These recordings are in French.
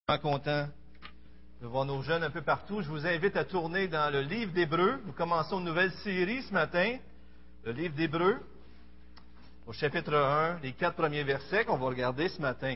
Content de voir nos jeunes un peu partout. Je vous invite à tourner dans le livre d'Hébreux. Nous commençons une nouvelle série ce matin, le livre d'Hébreux, au chapitre 1, les 4 premiers versets qu'on va regarder ce matin.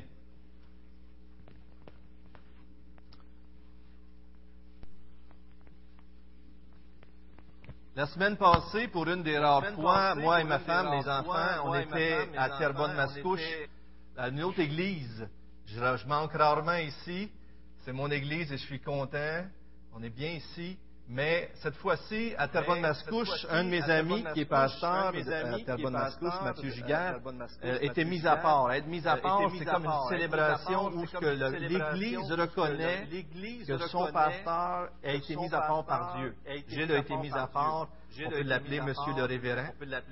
La semaine passée, pour une des rares fois, moi et ma femme, les enfants, on était à Terrebonne-Mascouche, à une autre église. Je manque rarement ici. C'est mon église et je suis content. On est bien ici. Mais cette fois-ci, à Terrebonne-Mascouche, un de mes amis qui est pasteur à Terrebonne-Mascouche, Mathieu Giguère, était mis à part. Être mis à part, c'est comme une célébration où l'Église reconnaît que son pasteur a été mis à part par Dieu. Gilles a été mis à part. On peut l'appeler Monsieur le Révérend.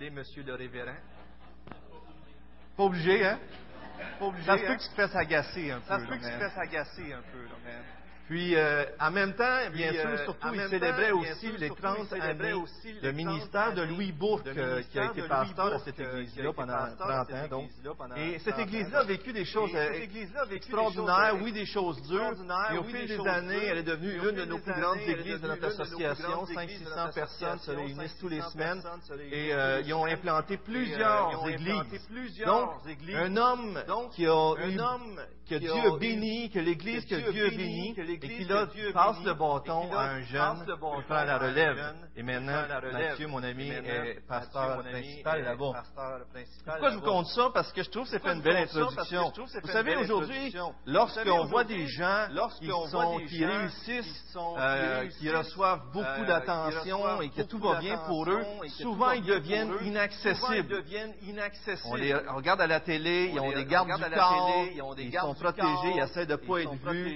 Pas obligé, hein? Ça se peut que tu te fasses agacer un peu. Puis, en même temps, bien sûr, surtout, il célébrait aussi les 30 années de ministère de Louis Bourque, qui a été pasteur à cette église-là pendant 30 ans. Donc. Et cette église-là a vécu des choses extraordinaires, oui, des choses dures, et au fil des années, elle est devenue une de nos plus grandes églises de notre association. 500-600 personnes se réunissent tous les semaines, et ils ont implanté plusieurs églises. Donc, un homme qui que Dieu a béni, que l'Église que Dieu a béni, et qui là passe le bâton à un jeune qui prend la relève. Et maintenant, Mathieu, mon ami, est pasteur principal là-bas. Pourquoi je vous compte ça? Parce que je trouve que c'est une belle introduction. Vous savez, aujourd'hui, lorsqu'on voit des gens qui réussissent, qui reçoivent beaucoup d'attention et que tout va bien pour eux, souvent ils deviennent inaccessibles. On les regarde à la télé, ils ont des gardes du corps, ils sont protégés, ils essaient de ne pas être vus.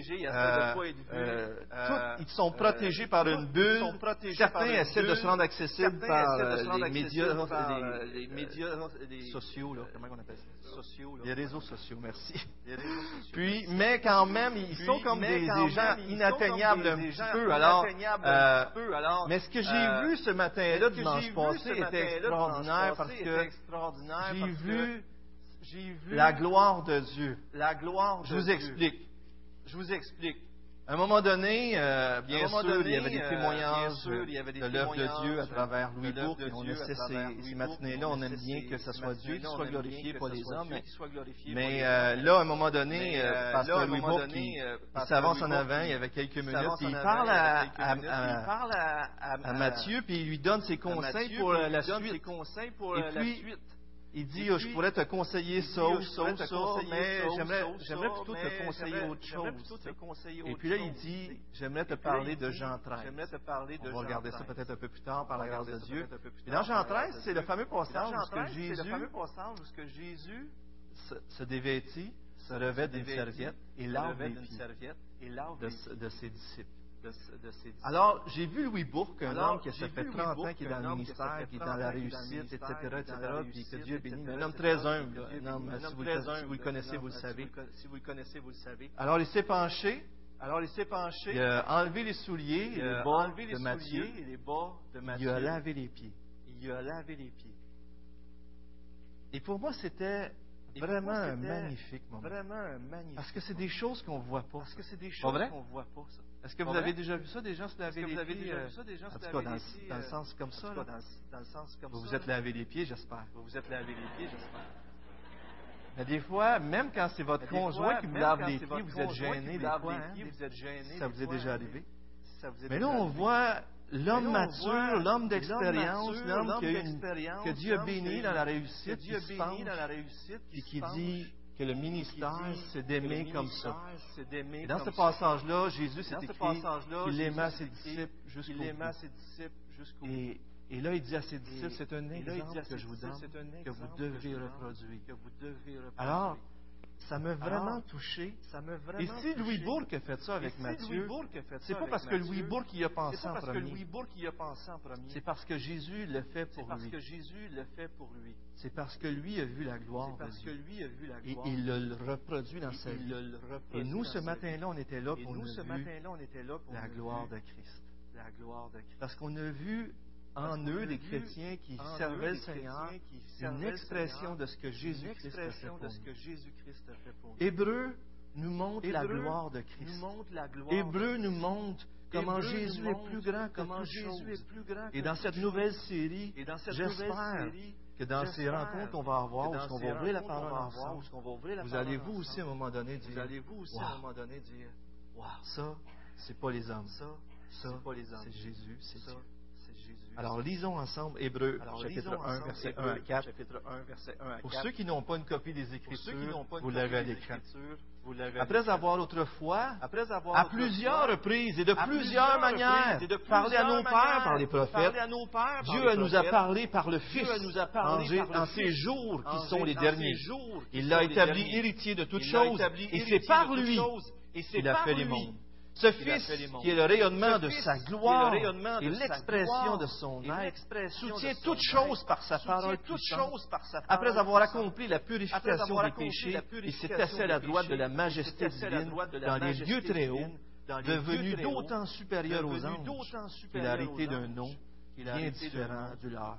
Ils sont protégés par une bulle. Certains essaient de se rendre accessibles par les médias sociaux. Comment on appelle ça? Les réseaux sociaux, merci. Puis, mais quand même, ils sont comme des gens inatteignables un petit peu. Mais ce que j'ai vu ce matin-là, dimanche passé, était extraordinaire parce que j'ai vu la gloire de Dieu. Je vous explique. À un moment donné, bien sûr, il y avait des témoignages de l'œuvre de Dieu à travers Louis Bourque. Et on essaie ces matinées-là, on aime bien que ce soit Dieu qui soit glorifié, pas les hommes. Mais là, à un moment donné, pasteur Louis Bourque, il s'avance en avant, il y avait quelques minutes, puis il parle à Mathieu, puis il lui donne ses conseils pour la suite. Et puis, il dit, je pourrais te conseiller ça, mais j'aimerais plutôt te conseiller autre chose. Et puis là, il dit, j'aimerais te parler de Jean 13. On va regarder ça peut-être un peu plus tard par la grâce de Dieu. Et dans Jean 13, c'est le fameux passage où Jésus se dévêtit, se revêt d'une serviette et lave les pieds de ses disciples. Alors, j'ai vu Louis Bourque, un homme qui a fait 30 ans, qui est dans le ministère, qui est dans la réussite, etc., puis que Dieu bénit. Un homme très humble, un homme, si vous le connaissez, vous le savez. Alors, il s'est penché, il a enlevé les souliers, les bas de Matthieu, il a lavé les pieds. Et pour moi, c'était vraiment un magnifique moment. Parce que c'est des choses qu'on ne voit pas. Pas vrai? Est-ce que vous avez déjà vu ça, des gens se laver les pieds? En tout cas, dans le sens comme ça. Vous vous êtes lavé les pieds, j'espère. Mais des fois, même quand c'est votre conjoint qui vous lave les pieds, vous êtes gêné des fois. Ça vous est déjà arrivé? Mais là, on voit l'homme mature, l'homme d'expérience, l'homme que Dieu a béni dans la réussite, qui se penche, et qui dit que le ministère, c'est d'aimer comme ça. Et dans ce passage-là, Jésus s'est écrit qu'il aimait ses disciples jusqu'au bout. Et là, il dit à ses disciples, c'est un exemple que je vous donne, que vous devez reproduire. Alors, ça m'a vraiment touché. Et si Louis Bourque a fait ça avec Matthieu, c'est pas parce que Louis Bourque y a pensé en premier. C'est parce que Jésus le fait pour lui. C'est parce que lui a vu la gloire de Dieu. Et il le reproduit dans sa vie. Et nous, ce matin-là, on était là pour nous vu la gloire de Christ. Parce qu'on a vu en eux des chrétiens qui servaient le Seigneur, une expression de ce que Jésus-Christ a fait pour nous. Hébreux nous montre la gloire de Christ. Hébreux nous montre comment Jésus est plus grand que toute chose. Et dans cette nouvelle série, j'espère que dans ces rencontres qu'on va avoir, où est-ce qu'on va ouvrir la parole ensemble, vous allez vous aussi à un moment donné dire, wow, ça, c'est pas les hommes. Ça, c'est Jésus, c'est Dieu. Alors, lisons ensemble Hébreux, chapitre 1, verset 1 à 4. Pour ceux qui n'ont pas une copie des Écritures, vous l'avez à l'écran. Après avoir autrefois, à plusieurs reprises et de plusieurs manières, parlé à nos pères par les prophètes, Dieu nous a parlé par le Fils en ces jours qui sont les derniers. Il l'a établi héritier de toutes choses, et c'est par lui qu'il a fait les mondes. Ce Fils, qui est le rayonnement de sa gloire et l'expression de son être, soutient toutes choses par sa parole puissante. Après avoir accompli la purification des péchés, il s'est assis à la droite de la majesté divine dans les lieux très hauts, devenu d'autant supérieur aux anges qu'il a hérité d'un nom bien différent du leur.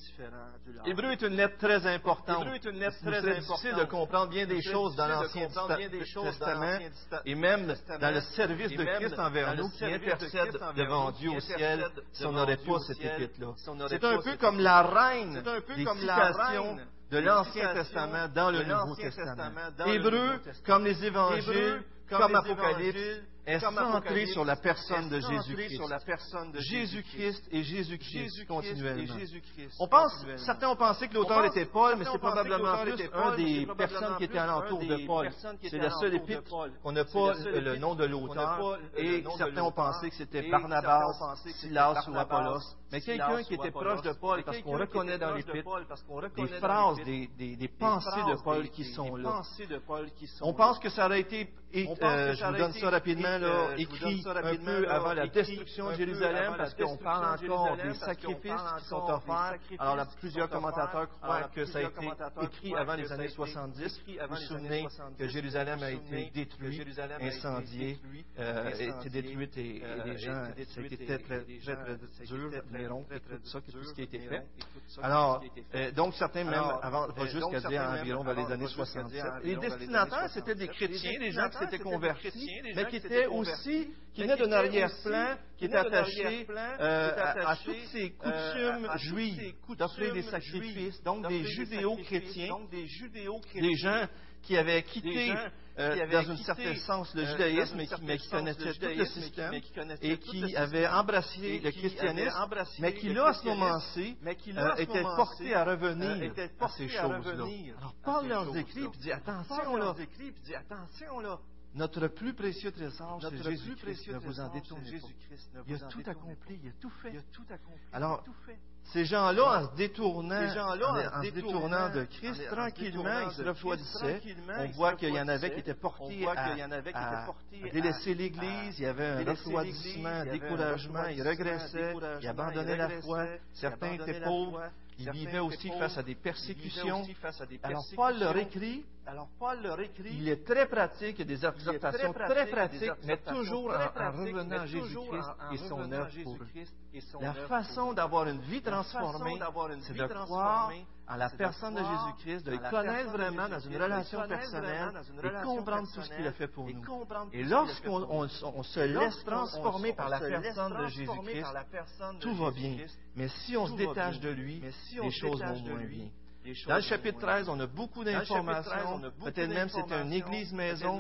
Hébreu est une lettre très importante. C'est difficile de comprendre bien des choses dans l'Ancien Testament et même dans le service de Christ envers nous qui intercède devant Dieu au ciel si on n'aurait pas cette épître-là. C'est un peu comme la reine des citations de l'Ancien Testament dans le Nouveau Testament. Hébreu, comme les Évangiles, comme Apocalypse, est centré sur la personne de Jésus-Christ. Jésus-Christ et Jésus-Christ continuellement. Certains ont pensé que l'auteur était Paul, mais c'est probablement plus un des personnes qui étaient alentour de Paul. C'est la seule épître qu'on n'a pas le nom de l'auteur, et certains ont pensé que c'était Barnabas, Silas ou Apollos, mais quelqu'un qui était proche de Paul, parce qu'on reconnaît dans l'épître des phrases, des pensées de Paul qui sont là. On pense que ça aurait été, je vous donne ça rapidement, écrit un peu avant la destruction de Jérusalem, parce qu'on parle encore des sacrifices qui sont offerts. Alors, plusieurs commentateurs croient que ça a été écrit avant les années 70. Vous vous souvenez que Jérusalem a été détruite, incendiée, été détruite, et les gens, ça a été très, très, très, très dur, Néron, et tout ça, tout ce qui a été fait. Alors, donc, certains même, avant, va jusqu'à dire environ vers les années 77. Les destinataires, c'était des chrétiens, des gens qui s'étaient convertis, mais qui étaient aussi, qui venaient d'un arrière-plan, qui étaient attachés à toutes ces coutumes juives, d'offrir des sacrifices, donc des judéo-chrétiens, des gens qui avaient quitté, dans un certain sens, le judaïsme, mais qui connaissaient tout le système, et qui avaient embrassé le christianisme, mais qui, là, à ce moment-ci, étaient portés à revenir à ces choses-là. Alors, Paul leur écrit et dit, attention là, notre plus précieux trésor, c'est Jésus-Christ. Ne vous en détournez pas. Il a tout accompli, il a tout fait. Alors, ces gens-là, en se détournant de Christ, tranquillement, ils se refroidissaient. On voit qu'il y en avait qui étaient portés à délaisser l'Église. Il y avait un refroidissement, un découragement. Ils regressaient, ils abandonnaient la foi. Certains étaient pauvres. Ils vivaient aussi face à des persécutions. Alors, Paul leur écrit, il est très pratique, il y a des exhortations très pratiques, mais toujours en revenant à Jésus-Christ et son œuvre pour eux. La façon d'avoir une vie transformée, c'est de croire en la personne de Jésus-Christ, de le connaître vraiment dans une relation personnelle et comprendre tout ce qu'il a fait pour nous. Et lorsqu'on se laisse transformer par la personne de Jésus-Christ, tout va bien. Mais si on se détache de lui, les choses vont moins bien. Dans le chapitre 13, on a beaucoup d'informations. Peut-être même c'était une église-maison.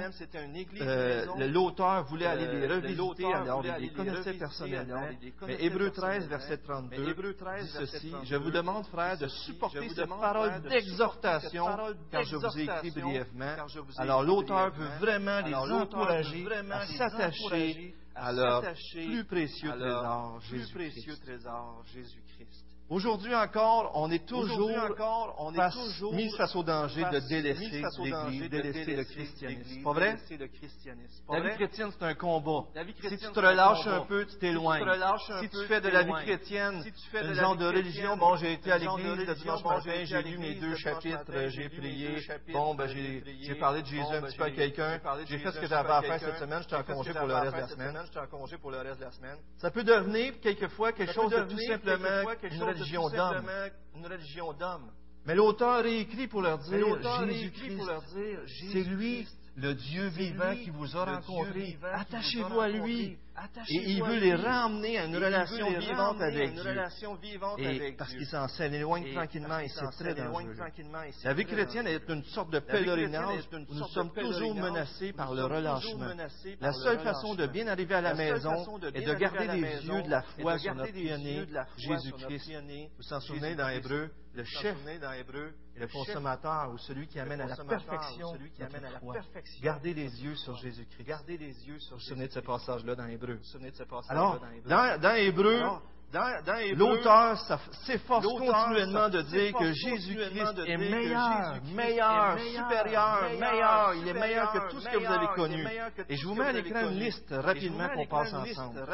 L'auteur voulait aller les revisiter, alors il les connaissait personnellement. Mais Hébreux 13, verset 32, dit ceci, « Je vous demande, frères, de supporter cette parole d'exhortation, car je vous ai écrit brièvement. » Alors l'auteur veut vraiment les encourager à s'attacher à leur plus précieux trésor, Jésus-Christ. Aujourd'hui encore, on est toujours mis face au danger de délaisser l'Église, délaisser le christianisme. Pas vrai? La vie chrétienne, c'est un combat. Si tu te relâches un peu, tu t'éloignes. Si tu fais de la vie chrétienne un genre de religion, bon, j'ai été à l'Église le dimanche matin, j'ai lu mes 2 chapitres, j'ai prié, bon, ben, j'ai parlé de Jésus un petit peu à quelqu'un, j'ai fait ce que j'avais à faire cette semaine, j'étais en congé pour le reste de la semaine. Ça peut devenir quelquefois quelque chose de tout simplement une religion d'homme. Mais l'auteur est écrit pour leur dire, Jésus-Christ, c'est lui le Dieu vivant qui vous a rencontré. Attachez-vous à lui. Et il veut les ramener à une relation vivante avec Dieu. Et parce qu'il s'en éloigne tranquillement et c'est très dangereux. La vie chrétienne est une sorte de pèlerinage où nous sommes toujours menacés par le relâchement. La seule façon de bien arriver à la maison est de garder les yeux de la foi sur notre pionnier, Jésus-Christ. Vous vous en souvenez dans Hébreu, le chef, le consommateur ou celui qui amène à la perfection notre foi. Gardez les yeux sur Jésus-Christ. Vous vous souvenez de ce passage-là dans Hébreu. Alors, dans Hébreu, l'auteur s'efforce continuellement de dire que Jésus-Christ est meilleur, supérieur, meilleur. Il est meilleur que tout ce que vous avez connu. Et je vous mets à l'écran une liste rapidement qu'on passe ensemble.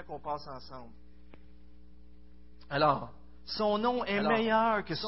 Alors, son nom est meilleur que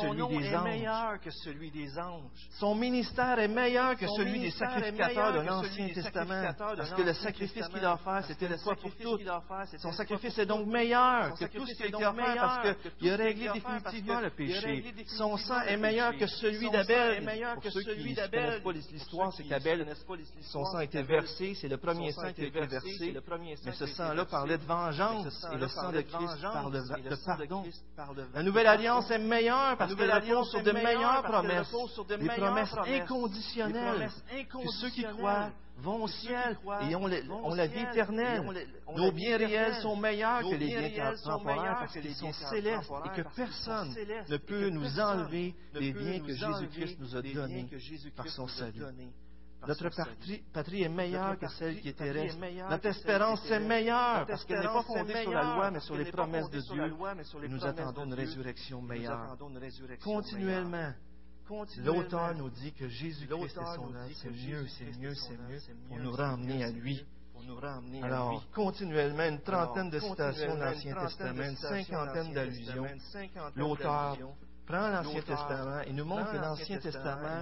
celui des anges. Son ministère est meilleur que celui des sacrificateurs de l'Ancien Testament. Parce que le sacrifice qu'il a offert, c'était une fois pour toutes. Son sacrifice est donc meilleur que tout ce qui a été offert parce qu'il a réglé définitivement le péché. Son sang est meilleur que celui d'Abel. Pour ceux qui ne connaissent pas l'histoire, c'est qu'Abel, son sang a été versé. C'est le premier sang qui a été versé. Mais ce sang-là parlait de vengeance. Et le sang de Christ parle de pardon. La nouvelle alliance est meilleure parce qu'elle repose sur de meilleures promesses, des promesses inconditionnelles, que ceux qui croient vont au ciel et ont la vie éternelle. Nos biens réels sont meilleurs que les biens temporaires parce qu'ils sont célestes et que personne ne peut nous enlever les biens que Jésus-Christ nous a donnés par son salut. Notre patrie est meilleure que celle qui est terrestre. Notre espérance est meilleure parce qu'elle n'est pas fondée sur la loi, mais sur les promesses de Dieu. Et nous attendons une résurrection meilleure. Continuellement, l'auteur nous dit que Jésus-Christ est son œuvre. C'est mieux pour nous ramener à lui. Alors, continuellement, une trentaine de citations de l'Ancien Testament, une cinquantaine d'allusions. L'auteur prend l'Ancien Testament et nous montre que l'Ancien Testament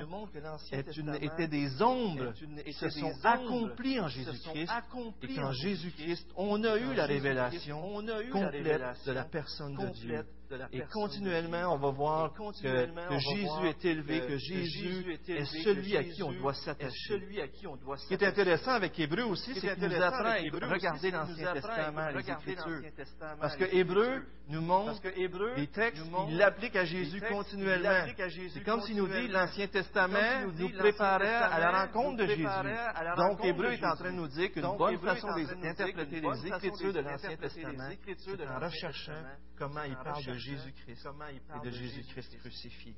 était des ombres qui se sont accomplies en Jésus-Christ. Et qu'en Jésus-Christ, on a eu la révélation complète de la personne de Dieu. Et continuellement, on va voir que Jésus est élevé, que Jésus est celui à qui on doit s'attacher. Ce qui est intéressant avec Hébreu aussi, c'est qu'il nous apprend à regarder l'Ancien Testament, les Écritures. Parce que Hébreu nous montre les textes, il l'applique à Jésus continuellement. C'est comme s'il nous dit, l'Ancien Testament nous préparait à la rencontre de Jésus. Donc, Hébreu est en train de nous dire qu'une bonne façon d'interpréter les Écritures de l'Ancien Testament, c'est en recherchant comment il parle de Jésus-Christ et de Jésus-Christ crucifié.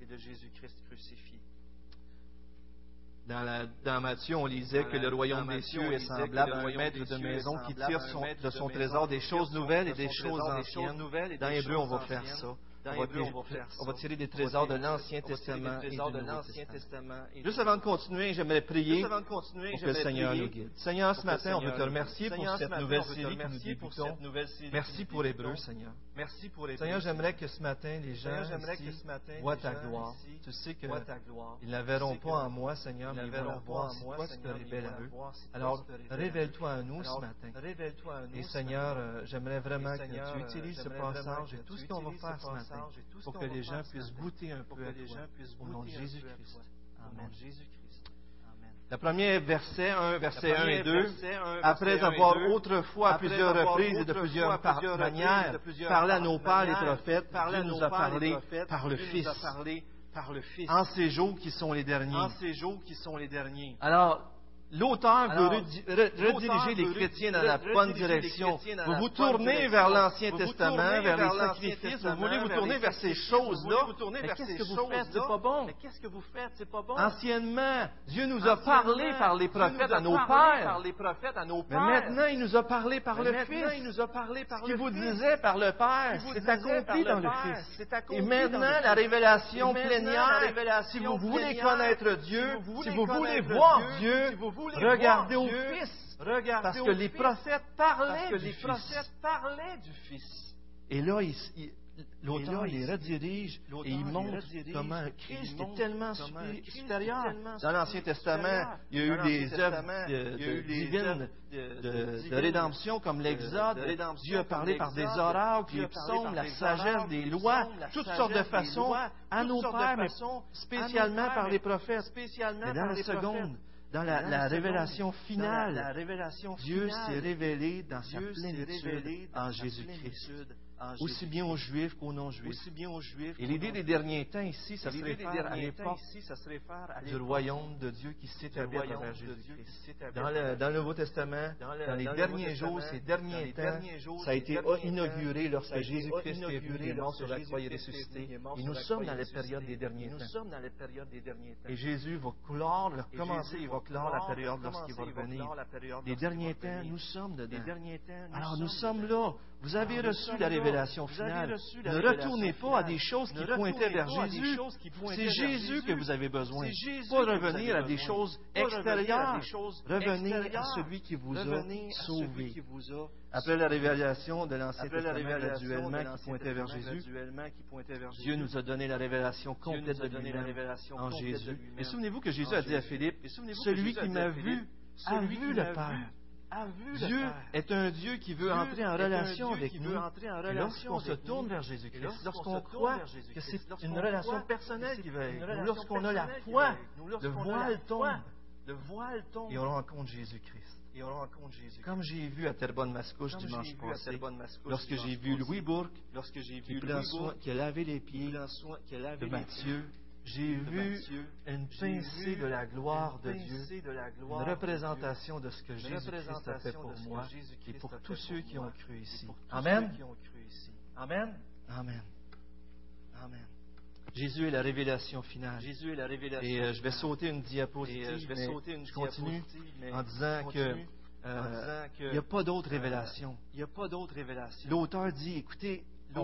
Dans Matthieu, on lisait que le royaume des cieux est semblable à un maître de maison qui tire de son trésor des choses nouvelles et des choses anciennes. Dans Hébreu, on va faire ça. On va tirer des trésors de l'Ancien Testament et du Nouveau Testament. Juste avant de continuer, j'aimerais prier pour que le Seigneur nous guide. Seigneur, ce matin, on veut te remercier pour cette nouvelle série que nous débutons. Merci pour Hébreu, Seigneur. Seigneur, j'aimerais que ce matin, les gens ici voient ta gloire. Tu sais qu'ils ne la verront pas en moi, Seigneur, mais ils vont la voir si toi tu te révèles à eux. Alors, révèle-toi à nous ce matin. Et Seigneur, j'aimerais vraiment que tu utilises ce passage et tout ce qu'on va faire ce matin pour que les gens puissent goûter un peu à toi, au nom de Jésus-Christ. Amen. Le premier verset 1 et 2, après avoir autrefois à plusieurs reprises et de plusieurs manières parlé à nos pères les prophètes, Dieu nous a parlé par le Fils, en ces jours qui sont les derniers. Alors, l'auteur veut rediriger les chrétiens dans la bonne direction. Vous vous tournez vers l'Ancien Testament, vers les sacrifices, vous voulez vous tourner vers ces choses-là. Mais qu'est-ce que vous faites? C'est pas bon. Anciennement, Dieu nous a parlé par les prophètes à nos pères. Mais maintenant, il nous a parlé par le Fils. Ce qu'il vous disait par le Père, c'est accompli dans le Fils. Et maintenant, la révélation plénière, si vous voulez connaître Dieu, si vous voulez voir Dieu, regardez au Fils, parce que les prophètes parlaient du Fils. Et là, l'auteur les redirige et il montre comment Christ est tellement supérieur. Dans l'Ancien Testament, il y a eu des œuvres divines de rédemption comme l'Exode. Dieu a parlé par des oracles, les psaumes, la sagesse, des lois, toutes sortes de façons à nos pères, mais spécialement par les prophètes. Mais dans la seconde, dans la révélation finale, Dieu s'est révélé dans sa plénitude en Jésus-Christ. Aussi bien aux Juifs qu'aux non-Juifs. Et l'idée des derniers temps ici, ça serait faire à l'époque du royaume de Dieu qui s'établit à travers Jésus-Christ. Dans le Nouveau Testament, dans les derniers jours, ces derniers temps, ça a été inauguré lorsque Jésus-Christ est venu, il est mort sur la croix, il est ressuscité. Et nous sommes dans la période des derniers temps. Et Jésus va clore, il va clore la période lorsqu'il va revenir. Les derniers temps, nous sommes dedans. Alors nous sommes là. Vous avez reçu la révélation finale. Ne retournez pas à des choses qui pointaient vers Jésus. C'est Jésus que vous avez besoin. Pas revenir à des choses extérieures. Revenez à celui qui vous a sauvé. Après la révélation de l'Ancien Testament, le duellement qui pointait vers Jésus, Dieu nous a donné la révélation complète de lui-même en Jésus. Et souvenez-vous que Jésus a dit à Philippe, celui qui m'a vu a vu le Père. Dieu est un Dieu qui veut entrer en relation avec nous. Et lorsqu'on se tourne vers Jésus-Christ, lorsqu'on croit que c'est une relation personnelle qui va avec nous, lorsqu'on a la foi, le voile tombe et on rencontre Jésus-Christ. Comme j'ai vu à Terrebonne-Mascouche dimanche passé, lorsque j'ai vu Louis Bourque qui a lavé les pieds de Matthieu, j'ai vu une pincée de la gloire de Dieu, une représentation de ce que Jésus-Christ a fait pour moi et pour tous ceux qui ont cru ici. Amen. Amen. Amen. Amen. Jésus est la révélation finale. Et je vais sauter une diapositive, mais je continue en disant qu'il n'y a pas d'autre révélation. L'auteur dit, écoutez,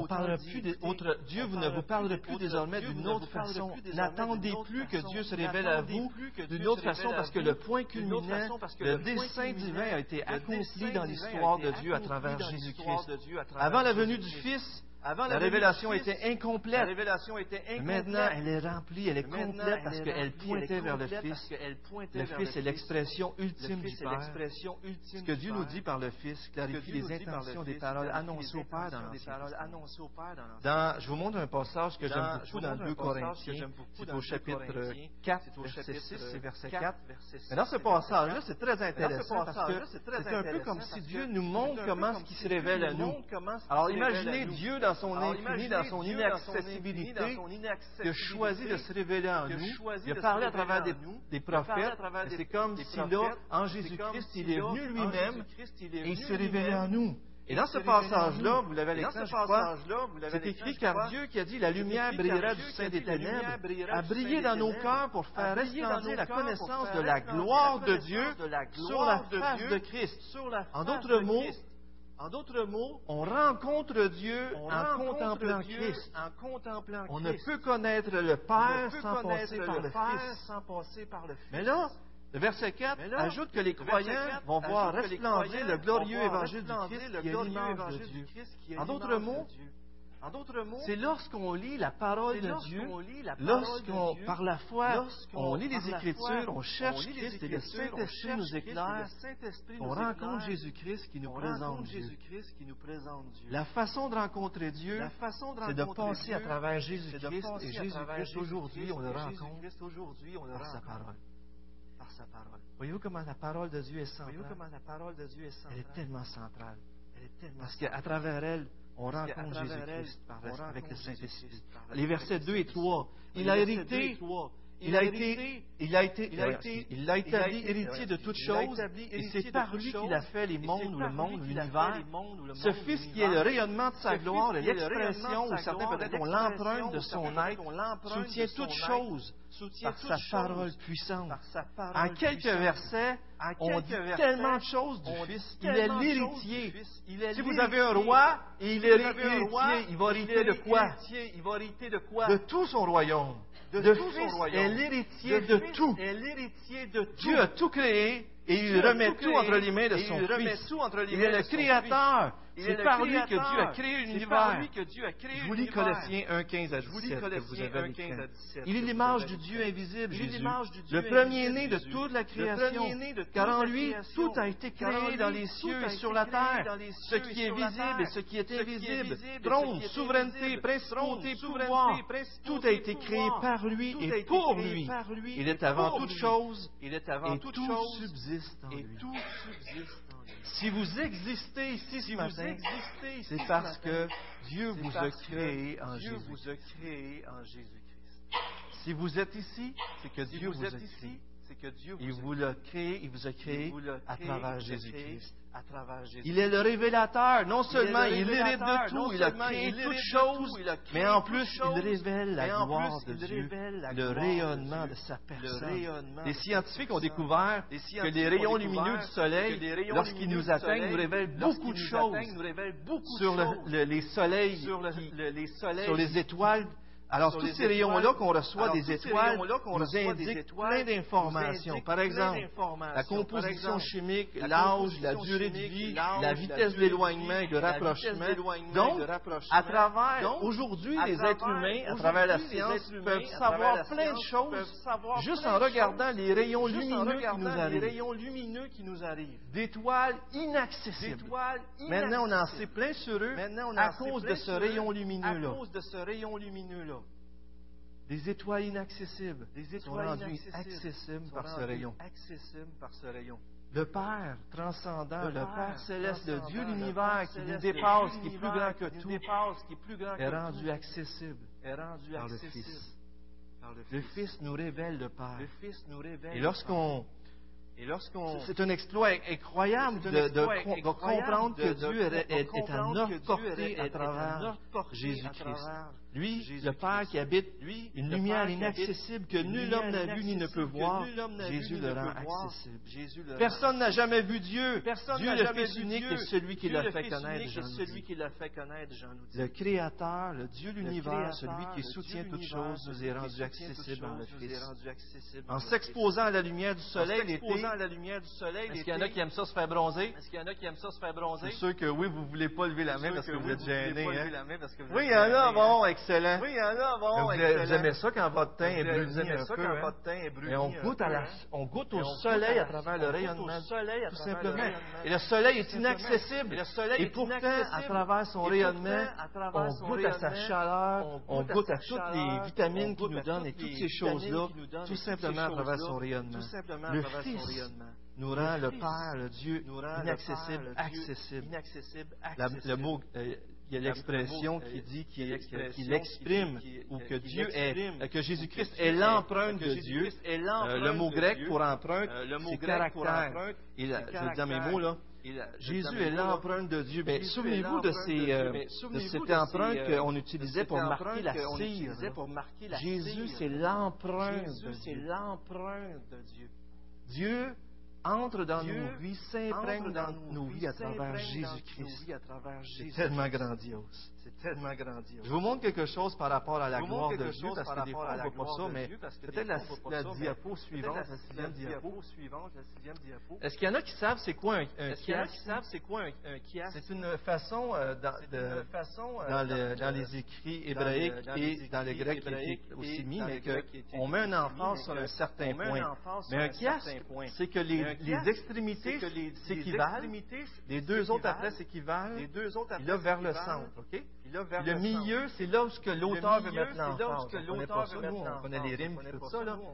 Dieu ne vous parlera plus désormais d'une autre façon. N'attendez plus que Dieu se révèle à vous d'une autre façon, parce que le point culminant, le dessein divin a été accompli dans l'histoire de Dieu à travers Jésus-Christ. Avant la venue du Fils, la révélation était incomplète. Maintenant, elle est remplie, elle est complète parce qu'elle pointait vers le Fils. Le Fils est l'expression ultime du Père. Ce que Dieu nous dit par le Fils clarifie les intentions des paroles annoncées au Père dans l'Ancien Testament. Je vous montre un passage que j'aime beaucoup dans 2 Corinthiens. C'est au chapitre 4, verset 6 et verset 4. Mais dans ce passage-là, c'est très intéressant parce que c'est un peu comme si Dieu nous montre comment ce qui se révèle à nous. Alors imaginez Dieu dans son infini, dans son inaccessibilité, qui a choisi de se révéler en nous. Il a parlé à travers des prophètes. C'est comme si là, en Jésus-Christ, il est venu lui-même et il s'est révélé en nous. Et dans ce passage-là, vous l'avez à l'écran, je crois, c'est écrit, car Dieu qui a dit, la lumière brillera du sein des ténèbres, a brillé dans nos cœurs pour faire resplendir la connaissance de la gloire de Dieu sur la face de Christ. En d'autres mots, on rencontre Dieu en contemplant Christ. On ne peut connaître le Père sans passer par le Fils. Mais là, le verset 4 ajoute que les croyants vont voir resplendir le glorieux évangile du Christ qui est l'image de Dieu. En d'autres mots, c'est lorsqu'on lit la parole de Dieu, lorsqu'on, par la foi, on lit les Écritures, on cherche Christ et le Saint-Esprit nous éclaire, on rencontre Jésus-Christ qui nous présente Dieu. La façon de rencontrer Dieu, c'est de passer à travers Jésus-Christ, et Jésus-Christ, aujourd'hui, on le rencontre par sa parole. Voyez-vous comment la parole de Dieu est centrale? Elle est tellement centrale. Parce qu'à travers elle, on rencontre Jésus-Christ avec le Saint-Esprit. Les versets 2 et 3. Il l'a établi héritier de toutes choses, et c'est par lui qu'il a fait les mondes, ou le monde, l'univers. Ce Fils qui est le rayonnement de sa gloire et l'expression, ou certains peut-être ont l'empreinte de son être, soutient toutes choses par sa parole puissante. En quelques versets, on dit tellement de choses du Fils. Il est l'héritier. Si vous avez un roi, et il est héritier, il va hériter de quoi? De tout son royaume. Le Fils est l'héritier de tout. Dieu a tout créé. et il remet tout entre les mains de son Fils. Il est le Créateur. C'est par lui que Dieu a créé l'univers. Je vous lis Colossiens 1:15 à 17 que vous avez à l'écran. Il est l'image du Dieu invisible, Jésus, le premier-né de toute la création, car en lui, tout a été créé dans les cieux et sur la terre, ce qui est visible et ce qui est invisible, trône, souveraineté, principauté, pouvoir, tout a été créé par lui et pour lui. Il est avant toute chose et tout subsiste en lui. Si vous existez ici ce matin, c'est parce que Dieu vous a créé en Jésus-Christ. Si vous êtes ici, c'est que Dieu vous a créé. Il vous a créé à travers Jésus-Christ. Il est le révélateur. Non seulement il hérite de tout, il a créé toutes choses, mais en plus, il révèle la gloire de Dieu, le rayonnement de sa personne. Les scientifiques ont découvert que les rayons lumineux du soleil, lorsqu'ils nous atteignent, nous révèlent beaucoup de choses sur les soleils, sur les étoiles. Alors, tous ces rayons-là qu'on reçoit des étoiles nous indiquent plein d'informations. Par exemple, la composition chimique, l'âge, la durée de vie, la vitesse d'éloignement et de rapprochement. Donc, à travers, aujourd'hui, les êtres humains, à travers la science, peuvent savoir plein de choses juste en regardant les rayons lumineux qui nous arrivent. D'étoiles inaccessibles. Maintenant, on en sait plein sur eux à cause de ce rayon lumineux-là. Des étoiles inaccessibles sont rendues accessibles par ce rayon. Le Père transcendant, le Père céleste, le Dieu de l'univers qui nous dépasse, qui est plus grand que tout, est rendu accessible par le Fils. Le Fils nous révèle le Père. Et c'est un exploit incroyable de comprendre que Dieu est à notre portée à travers Jésus-Christ. Lui, le Père qui habite une lumière inaccessible que nul homme n'a vu ni ne peut voir, Jésus le rend accessible. Personne n'a jamais vu Dieu. Dieu, le Fils unique, est celui qui l'a fait connaître, Jean nous dit. Le Créateur, le Dieu de l'univers, celui qui soutient toutes choses, nous est rendu accessible dans le Fils. En s'exposant à la lumière du soleil l'été, est-ce qu'il y en a qui aiment ça se faire bronzer? C'est sûr que oui, vous ne voulez pas lever la main parce que vous êtes gênés. Oui, il y en a, bon, excellent. Vous aimez ça quand votre teint est bruni un peu. Et on goûte au soleil à travers le rayonnement, tout simplement. Et le soleil est inaccessible. Et pourtant, à travers son rayonnement, on goûte à sa chaleur, on goûte à toutes les vitamines qu'il nous donne et toutes ces choses-là, tout simplement à travers son rayonnement. Le Fils nous rend le Père, le Dieu inaccessible, accessible. Le mot, il y a l'expression qui dit qu'il exprime ou que Dieu est, que Jésus-Christ est l'empreinte de Dieu. Le mot grec pour empreinte, c'est caractère. Je vais dire mes mots là. Jésus est l'empreinte de Dieu. Mais souvenez-vous de cette empreinte qu'on utilisait pour marquer la cire. Jésus, c'est l'empreinte de Dieu. Dieu entre dans nos vies, s'imprègne dans nos vies à travers Jésus-Christ. C'est tellement grandiose. Je vous montre quelque chose par rapport à la gloire de Dieu, parce que des fois, on ne voit pas ça, mais peut-être la diapo suivante, la sixième diapo. Est-ce qu'il y en a qui savent c'est quoi un chiasme? C'est une façon, dans les écrits hébraïques et dans le grec qui est aussi mis, mais qu'on met un emphase sur un certain point. Mais un chiasme, c'est que les extrémités s'équivalent, les deux autres après s'équivalent, et là vers le centre, OK? Le milieu, c'est là où l'auteur veut mettre l'emphase. On ne connaît pas ça, nous, on connaît les rimes et tout ça, là.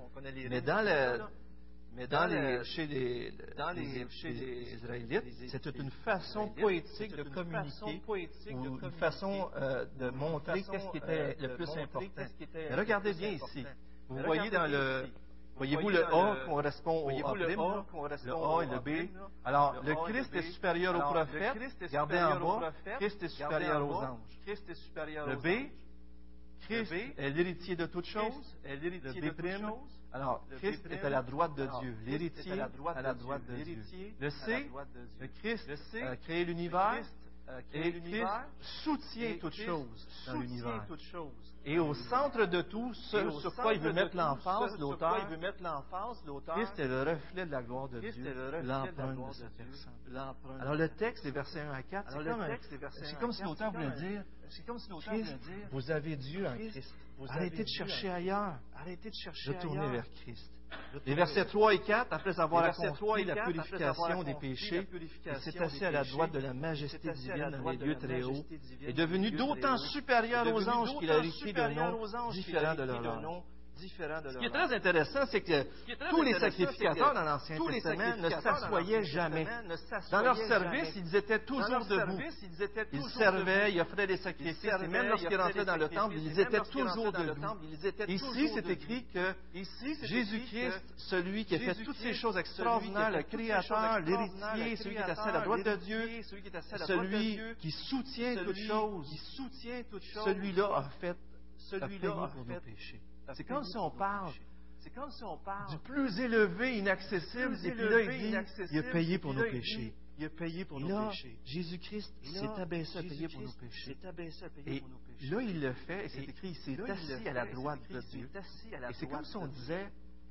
Mais chez les Israélites, c'est une façon poétique de communiquer ou une façon de montrer qu'est-ce qui était le plus important. Mais regardez bien ici. Vous voyez voyez-vous le A correspond au A', le A et le B. Alors, le Christ est supérieur au prophète. Regardez en bas, Christ est supérieur aux anges. Le B, Christ est l'héritier de toutes choses. Le B', alors, Christ est à la droite de Dieu. L'héritier à la droite de Dieu. Le C, le Christ a créé l'univers. Et Christ soutient toutes choses dans l'univers. Et au centre de tout, ce sur quoi il veut mettre l'emphase, l'auteur, Christ est le reflet de la gloire de Dieu, l'empreinte de sa personne. Alors le texte des versets 1 à 4, c'est comme si l'auteur voulait dire, Christ, vous avez Dieu en Christ. Arrêtez de chercher ailleurs. Retournez vers Christ. Les versets 3 et 4, après avoir accompli la purification des péchés, il s'est assis à la droite de la majesté divine dans les lieux très hauts, est devenu d'autant supérieur aux anges qu'il a hérité d'un nom différent de leur nom. Ce qui est très intéressant, c'est que tous les sacrificateurs dans l'Ancien Testament ne s'assoyaient jamais. Dans leur service, ils étaient toujours debout. Ils servaient, ils offraient des sacrifices, et même lorsqu'ils rentraient dans le temple, ils étaient toujours debout. Ici, c'est écrit que Jésus-Christ, celui qui a fait toutes ces choses extraordinaires, le Créateur, l'héritier, celui qui est assis à la droite de Dieu, celui qui soutient toutes choses, celui-là a payé pour nos péchés. C'est comme si on parle du plus élevé, inaccessible, et puis là, il dit, il a payé pour nos péchés. Jésus-Christ s'est abaissé à payer pour nos péchés. Et là, il le fait, et c'est écrit, il s'est assis à la droite de Dieu. Et c'est comme si on disait,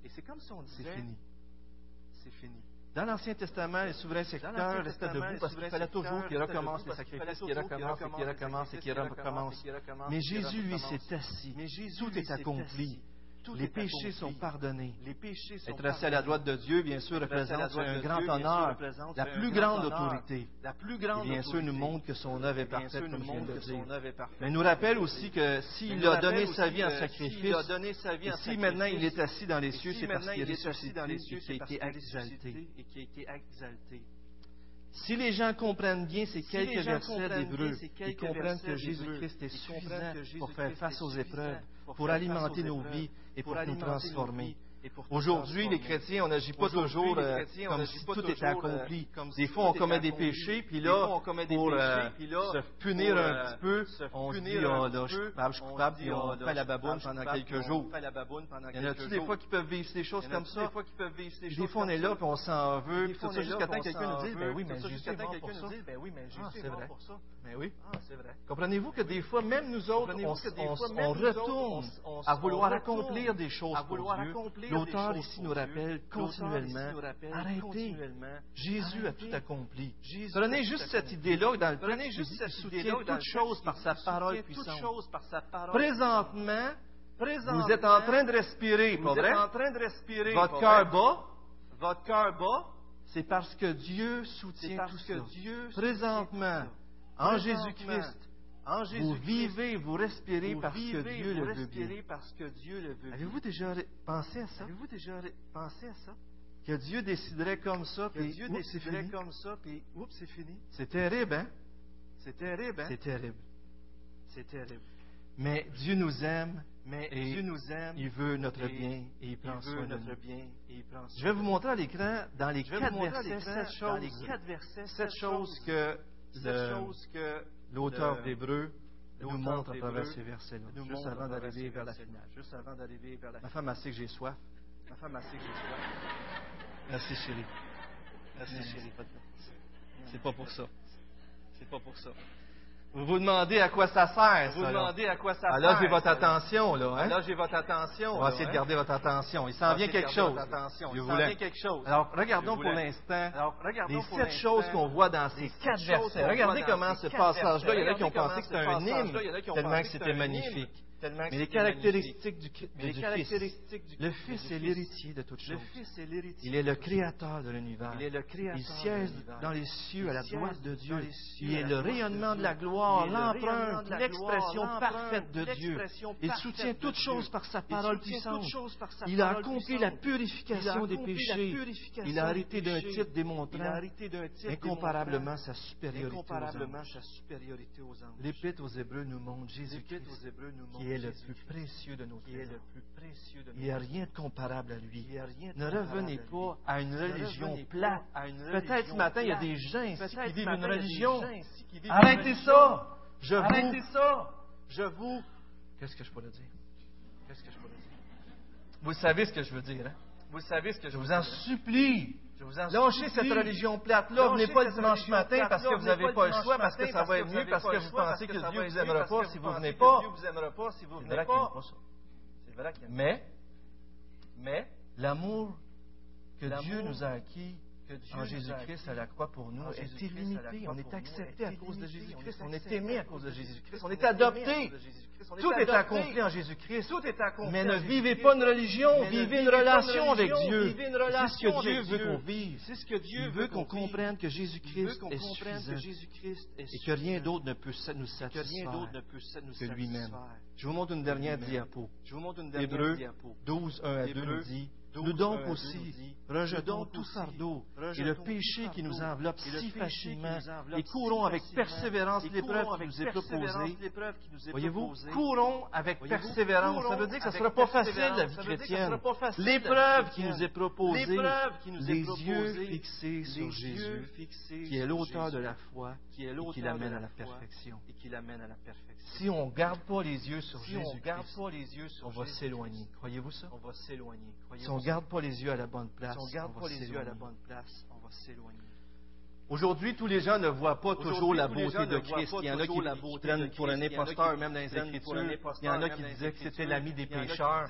c'est fini. Dans l'Ancien Testament, les souverains sacrificateurs restaient debout parce qu'il fallait toujours qu'ils recommencent les sacrifices, qu'ils recommencent. Mais Jésus, lui, s'est assis. Tout est accompli. Les péchés sont pardonnés. Être assis à la droite de Dieu, bien sûr, représente un grand honneur, la plus grande autorité. Et bien sûr, nous montre que son œuvre est parfaite, comme je viens de le dire. Mais nous rappelle aussi que s'il a donné sa vie en sacrifice, et si maintenant il est assis dans les cieux, c'est parce qu'il est ressuscité et qui a été exalté. Si les gens comprennent bien ces quelques versets d'Hébreux, ils comprennent que Jésus-Christ est suffisant pour faire face aux épreuves, pour alimenter nos vies et pour nous transformer. Aujourd'hui, les chrétiens, on n'agit pas toujours comme si tout était accompli. Des fois, on commet des péchés, puis là, pour se punir un petit peu, on se dit, je suis coupable, puis on fait la baboune pendant quelques jours. Il y en a-tu des fois qui peuvent vivre des choses comme ça? Des fois, on est là, puis on s'en veut, puis tout ça, jusqu'à temps que quelqu'un nous dise, ben oui, mais Jésus est mort pour ça. Ah, c'est vrai. Ben oui. Comprenez-vous que des fois, même nous autres, on retourne à vouloir accomplir des choses pour Dieu. L'auteur ici nous rappelle continuellement, arrêtez, Jésus a tout accompli. Prenez juste cette idée-là dans le texte, il soutient toutes choses par sa parole puissante. Présentement, vous êtes en train de respirer, pas vrai? Votre cœur bat, c'est parce que Dieu soutient tout ça. Présentement, en Jésus-Christ, vous vivez, vous respirez parce que Dieu le veut bien. Avez-vous déjà pensé à ça? Que Dieu déciderait comme ça, puis c'est fini. C'est terrible, hein? C'est terrible. Mais Dieu nous aime, il veut notre bien, et il prend soin de nous. Je vais vous montrer à l'écran, dans les 4 versets, 7 choses que l'auteur d'Hébreux nous montre à travers ces versets-là, juste avant d'arriver vers la finale. Ma femme a sait que j'ai soif. Merci, chérie. C'est pas pour ça. Vous vous demandez à quoi ça sert, ça. Alors, j'ai votre attention, là. On va essayer de garder votre attention. Il s'en vient quelque chose. Alors, regardons pour l'instant les 7 choses qu'on voit dans ces 4 versets. Regardez comment ce passage-là, il y en a qui ont pensé que c'était un hymne, tellement que c'était magnifique. Mais les caractéristiques du Fils. Le Fils est l'héritier de toutes choses. Il est le Créateur de l'univers. Il siège dans les cieux à la droite de Dieu. Il est le rayonnement de la gloire, l'empreinte, l'expression parfaite de Dieu. Il soutient toutes choses par sa parole puissante. Il a accompli la purification des péchés. Il a hérité d'un titre démontrant incomparablement sa supériorité aux anges. L'Épître aux Hébreux nous montre Jésus-Christ, qui est le plus précieux de nos frères. Il n'y a rien de comparable à lui. Ne revenez pas à une religion plate. Peut-être ce matin, il y a des gens ici qui vivent une religion. Arrêtez ça! Je vous... Qu'est-ce que je pourrais dire? Vous savez ce que je veux dire, hein? Je vous en supplie. Lâchez cette religion plate-là. Venez pas le dimanche matin parce que vous n'avez pas le choix, parce que ça va être mieux, parce que vous pensez que Dieu ne vous aimera pas si vous ne venez pas. C'est vrai qu'il n'aime pas. Mais l'amour que Dieu nous a acquis en Jésus-Christ à la croix pour nous est illimité. On est accepté à cause de Jésus-Christ. On est aimé à cause de Jésus-Christ. On est adopté. Tout est accompli en Jésus-Christ. Mais ne vivez pas une religion, vivez une relation avec Dieu. C'est ce que Dieu veut qu'on vive. Il veut qu'on comprenne que Jésus-Christ est suffisant et que rien d'autre ne peut nous satisfaire que lui-même. Je vous montre une dernière diapo. Hébreux 12, 1 à 2 nous dit: nous donc aussi, rejetons tout fardeau et le péché qui nous enveloppe si facilement et courons avec persévérance l'épreuve qui nous est proposée. Voyez-vous, courons avec persévérance. Ça veut dire que ce ne sera pas facile, la vie chrétienne. L'épreuve qui nous est proposée, les yeux fixés sur Jésus, qui est l'auteur de la foi et qui l'amène à la perfection. Si on ne garde pas les yeux sur Jésus-Christ, on va s'éloigner. Croyez-vous ça? Si on ne garde pas les yeux à la bonne place, on va s'éloigner. Aujourd'hui, tous les gens ne voient pas toujours la beauté de Christ. Il y en a qui prennent pour un imposteur, même dans les Écritures. Il y en a qui disaient que c'était l'ami des pécheurs.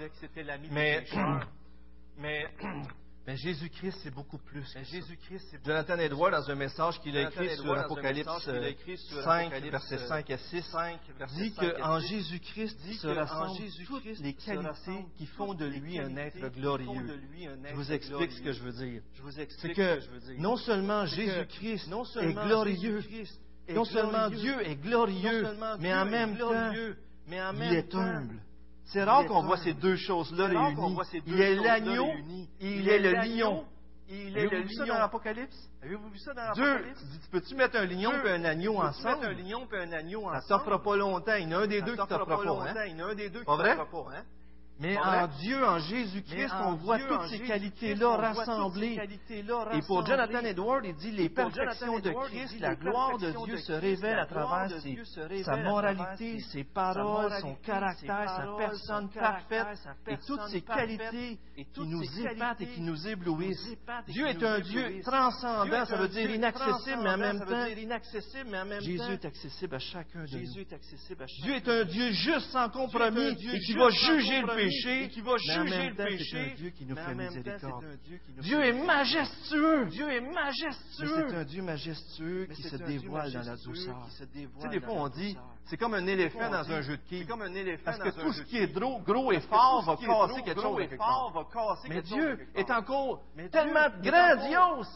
Mais Jésus-Christ, c'est beaucoup plus. Jonathan Edwards, dans un message qu'il a écrit sur Apocalypse 5, versets 5 à 6, dit qu'en Jésus-Christ se rassemblent toutes les qualités qui font de lui un être glorieux. Je vous explique ce que je veux dire. C'est que non seulement Jésus-Christ est glorieux, non seulement Dieu est glorieux, mais en même temps, il est humble. C'est rare qu'on voit ces deux choses-là réunies. Il est l'agneau et il est le lion. Avez-vous vu ça dans l'Apocalypse? Peux-tu mettre un lion et un agneau ensemble? Ça ne t'offre pas longtemps. Il y en a un des deux qui ne t'offre pas. Pas vrai? Mais en Dieu, en Jésus-Christ, on voit toutes ces qualités-là rassemblées. Et pour Jonathan Edwards, il dit les perfections de Christ, la gloire de Dieu se révèle à travers sa moralité, ses paroles, son caractère, sa personne parfaite et toutes ces qualités qui nous épatent et qui nous éblouissent. Dieu est un Dieu transcendant, ça veut dire inaccessible, mais en même temps, Jésus est accessible à chacun de nous. Dieu est un Dieu juste, sans compromis, et qui va juger le péché. Et qui va juger le péché, c'est un Dieu qui nous fait miséricorde. Dieu est majestueux. Mais c'est un Dieu majestueux qui se dévoile dans la douceur. Tu sais, des fois, on dit, c'est comme un éléphant dans un jeu de quilles. Parce que tout ce qui est gros et fort va casser quelque chose quelque part. Mais Dieu est encore tellement grandiose,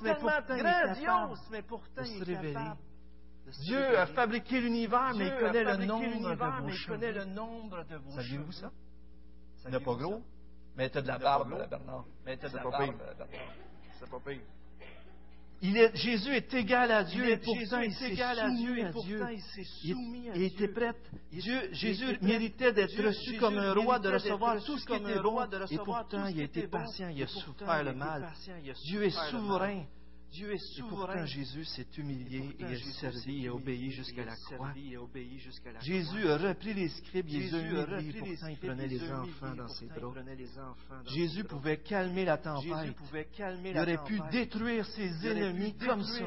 mais pourtant il se révéler. Dieu a fabriqué l'univers, mais il connaît le nombre de vos cheveux. Saviez-vous ça? Il n'est pas gros, mais tu as de la barbe, Bernard. C'est pas pire. Jésus est égal à Dieu et pourtant il s'est soumis à Dieu. Il était prêt. Jésus méritait d'être reçu comme un roi, de recevoir tout ce qui était bon. Et pourtant il a été patient, il a souffert le mal. Dieu est souverain. Et pourtant, Jésus s'est humilié et a servi et a obéi jusqu'à la croix. Jésus a repris les scribes, il les a humiliés, et pourtant il prenait les enfants dans ses bras. Jésus pouvait calmer la tempête. Il aurait pu détruire ses ennemis comme ça.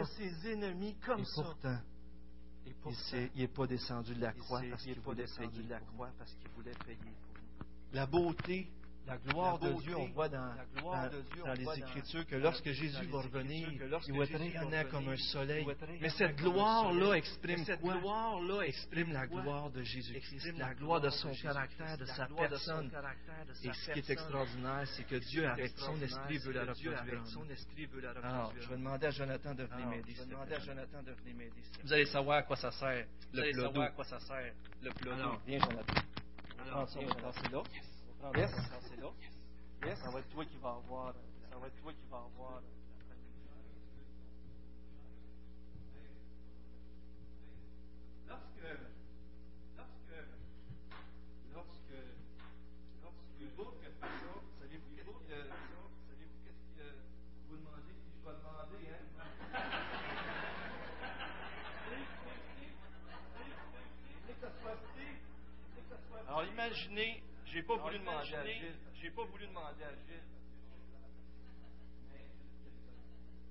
Et pourtant, il n'est pas descendu de la croix parce qu'il voulait payer pour nous. La beauté, la gloire de Dieu, on voit dans les Écritures que lorsque Jésus va revenir, il va être rayonnant comme un soleil. Mais cette gloire-là exprime quoi? Exprime la gloire de Jésus-Christ, la gloire de son caractère, de sa personne. Et ce qui est extraordinaire, c'est que Dieu, avec son esprit, veut la reproduire en nous. Alors, je vais demander à Jonathan de venir m'aider. Vous allez savoir à quoi ça sert, le plat d'eau. Alors, viens, Jonathan. Alors, on va passer là. Yes. Yes. Ça va être toi qui vas avoir. Lorsque l'autre fait ça, savez-vous qu'est-ce que vous demandez si je vais demander, hein? Alors imaginez. J'ai pas voulu demander à Gilles.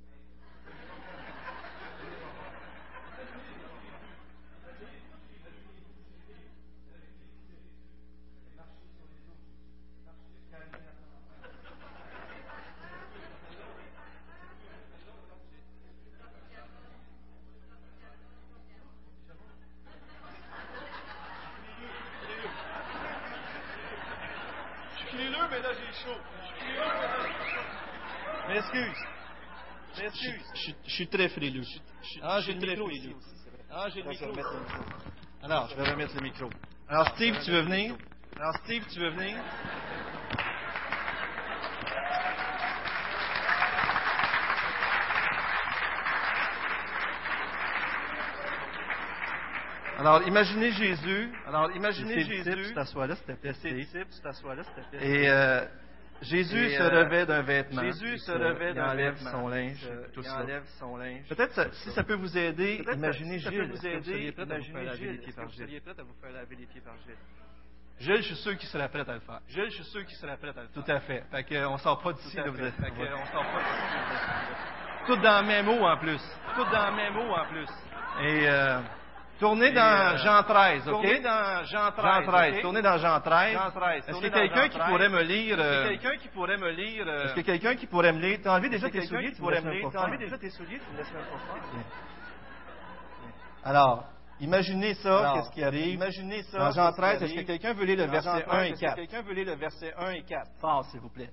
Je suis très frileux. J'ai le micro ici. J'ai le micro. Alors, je vais remettre le micro. Alors, Steve, tu veux venir? Alors, imaginez Jésus. Tu t'assois là, s'il te plaît, Steve. Et Jésus se revêt d'un vêtement. Il enlève son linge, tout ça. Peut-être, si ça peut vous aider, imaginez Gilles. Est-ce que vous seriez prêt à vous faire laver les pieds par Gilles? Gilles, je suis sûr qu'il serait prêt à le faire. Tout à fait. Fait qu'on sort pas d'ici. Tout dans le même mot en plus. Et tournez dans Jean 13, OK? Tournez dans Jean 13. Est-ce qu'il y a quelqu'un qui pourrait me lire? Est-ce qu'il y a quelqu'un qui pourrait me lire? T'as enlevé déjà tes souliers? Tu me laisses même pas faire. Alors, imaginez ça, qu'est-ce qui arrive? Dans Jean 13, est-ce que quelqu'un veut lire le verset 1 et 4? Fort, s'il vous plaît.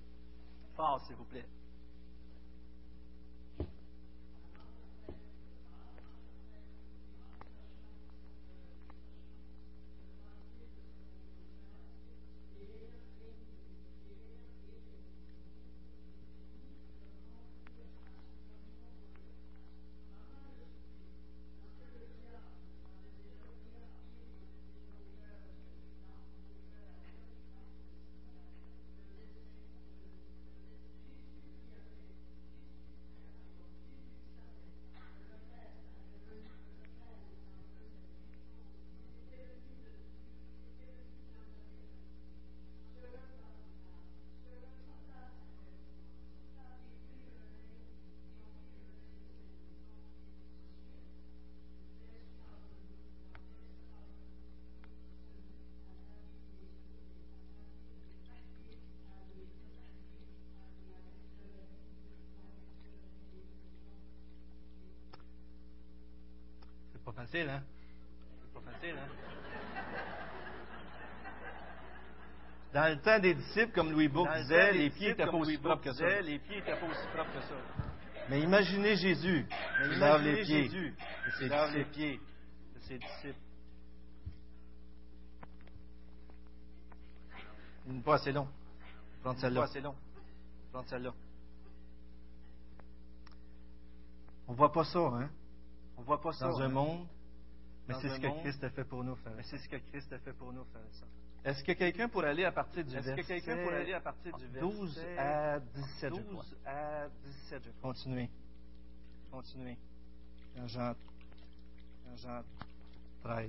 C'est pas facile, hein? Dans le temps des disciples, comme Louis Bourque disait, les pieds n'étaient pas aussi propres que ça. Mais imaginez Jésus qui lave les pieds de ses disciples. Il n'est pas assez long. Prends celle-là. On voit pas ça, hein? Dans un monde, mais c'est ce que Christ a fait pour nous, frères. Est-ce que quelqu'un pourrait aller à partir du verset 12 à 17, je crois. Continuez. Dans Jean 13.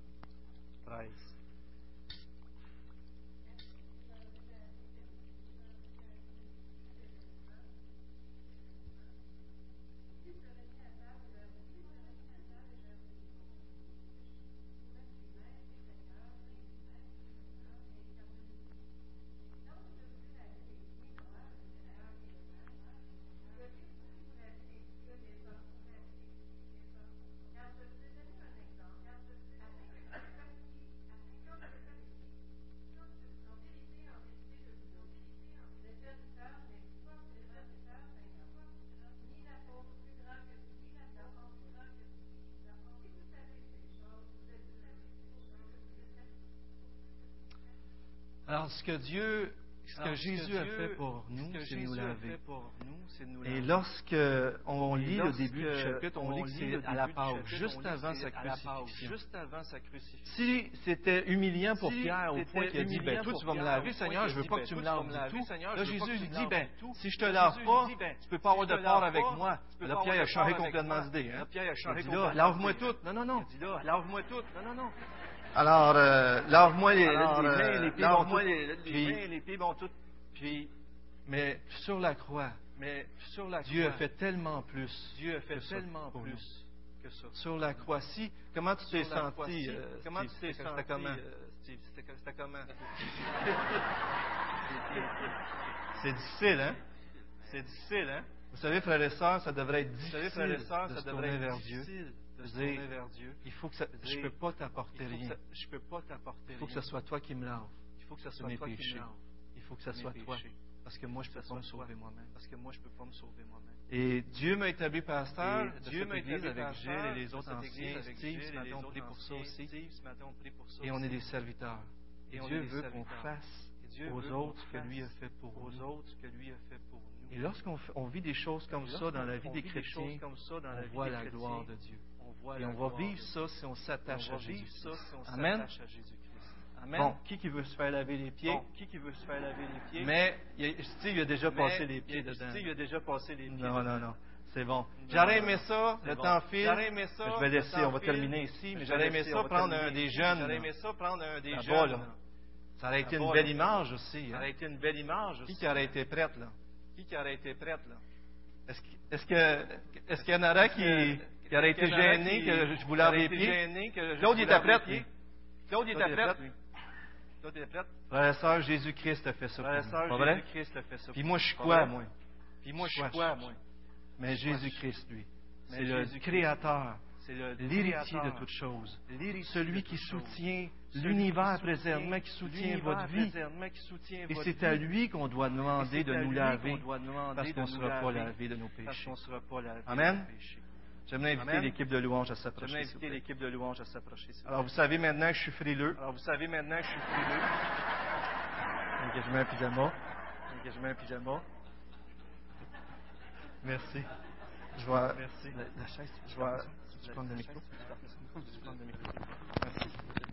Alors, ce que Jésus a fait pour nous, c'est nous laver. Et lorsque on lit le début du chapitre, on lit que c'est à la Pâque, juste avant sa crucifixion. Si c'était humiliant pour Pierre au point qu'il a dit, toi tu vas me laver, Seigneur, je ne veux pas que tu me laves du tout. Là, Jésus lui dit, si je ne te lave pas, tu ne peux pas avoir de part avec moi. Là, Pierre a changé complètement d'idée. Il dit, lave-moi tout. Non. Alors, lave-moi les mains, les pieds vont tout. Mais sur la croix, Dieu a fait tellement plus que ça. Sur la croix, comment tu t'es senti, C'était comment? C'est difficile, hein? Vous savez, frères et sœurs, ça devrait être difficile de se tourner vers Dieu. Il faut que je ne peux pas t'apporter rien. Il faut que ce soit toi qui me laves de mes péchés. Il faut que ce soit toi Parce que moi, je ne peux pas me sauver moi-même. Parce que moi, je peux pas me sauver moi-même. Et Dieu m'a établi pasteur de Dieu cette m'a église établi avec pasteur Gilles et les de autres cette anciens. église avec Steve, Gilles ce et matin, les on autres prie pour ça anciens. aussi. Steve, ce matin, on prie pour ça Et on est aussi. des serviteurs. Et Et on Dieu est des veut qu'on serviteurs. fasse Et Dieu aux veut autres ce qu'on que lui a fasse fait pour aux nous. autres ce que lui a fait pour nous. Et lorsqu'on on vit des choses comme ça dans la vie des chrétiens, on voit la gloire de Dieu. Et on va vivre ça si on s'attache à Jésus-Christ. Amen. Amen. Bon, qui veut se faire laver les pieds? Bon, qui veut se faire laver les pieds? Mais Steve a déjà passé les pieds dedans. Steve a déjà passé les pieds Non, dedans. non, non. C'est bon. J'aurais aimé ça, le temps file. J'aurais aimé ça. Je vais laisser, on va terminer ici, mais j'aurais aimé ça prendre un des jeunes. J'aurais aimé ça prendre un des Là-bas, jeunes. là. Ça aurait été Là-bas, une belle image aussi. Ça Hein? aurait été une belle image aussi. Qui aurait été prête, là? Qui aurait été prête, là? Est-ce qu'il y en aurait qui aurait été gêné que je vous lave les pieds? Claude, il était prêt, lui. Claude, il était prêt, lui. Claude, il était prêt. Frère et sœur, Jésus-Christ a fait ça pour nous. Pas vrai? Jésus-Christ a fait ça. Puis moi, je suis quoi, moi? Puis moi, je suis quoi, moi? Mais Jésus-Christ, lui, c'est le Créateur, l'héritier de toutes choses, celui qui soutient l'univers présentement, qui soutient votre vie. Et c'est à lui qu'on doit demander de nous laver, parce qu'on ne sera pas lavé de nos péchés. Amen. J'aimerais inviter l'équipe de louange à s'approcher. Alors, vous savez maintenant que je suis frileux. Donc, je mets un pyjama. Merci. Je vais. Merci. La chaise. Je vais. Tu prends le micro. Merci.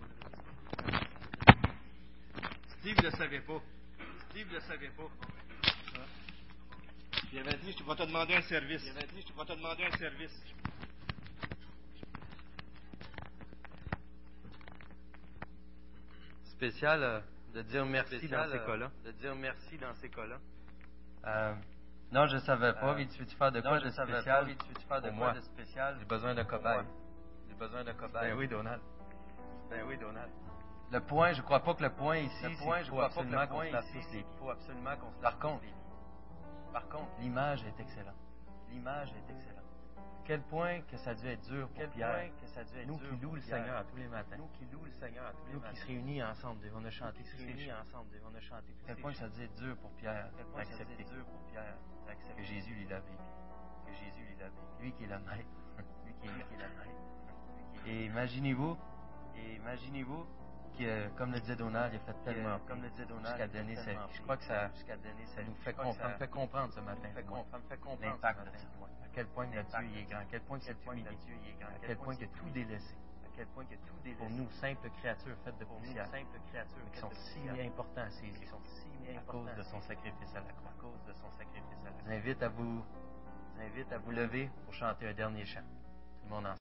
Steve ne le savait pas. Il avait dit, je vais te demander un service. Spécial de dire merci dans ces cas-là. Non, je ne savais pas. Tu faire de quoi de spécial pour moi? J'ai besoin de cobaye. Ben oui, Donald. Le point, je ne crois pas que le point ici, il faut absolument qu'on se lave tous les pieds. Par contre, l'image est excellente. Quel point que ça a dû être dur pour Pierre. Nous qui louons le Seigneur à tous les matins. Nous qui se réunissons ensemble. On a chanté quel point que ça a dû être dur pour Pierre d'accepter que Jésus lui l'avait dit. Lui qui est le maître. Et imaginez-vous que, comme le disait Donald, il a fait tellement jusqu'à donner sa vie. Je crois que ça nous fait comprendre ce matin l'impact de ça. À quel point notre Dieu est grand, à quel point il s'est humilié, à quel point il a tout délaissé. Pour nous, simples créatures faites de poussière, qui sont si importants à ses yeux, à cause de son sacrifice à la croix. Je vous invite à vous lever pour chanter un dernier chant. Tout le monde ensemble.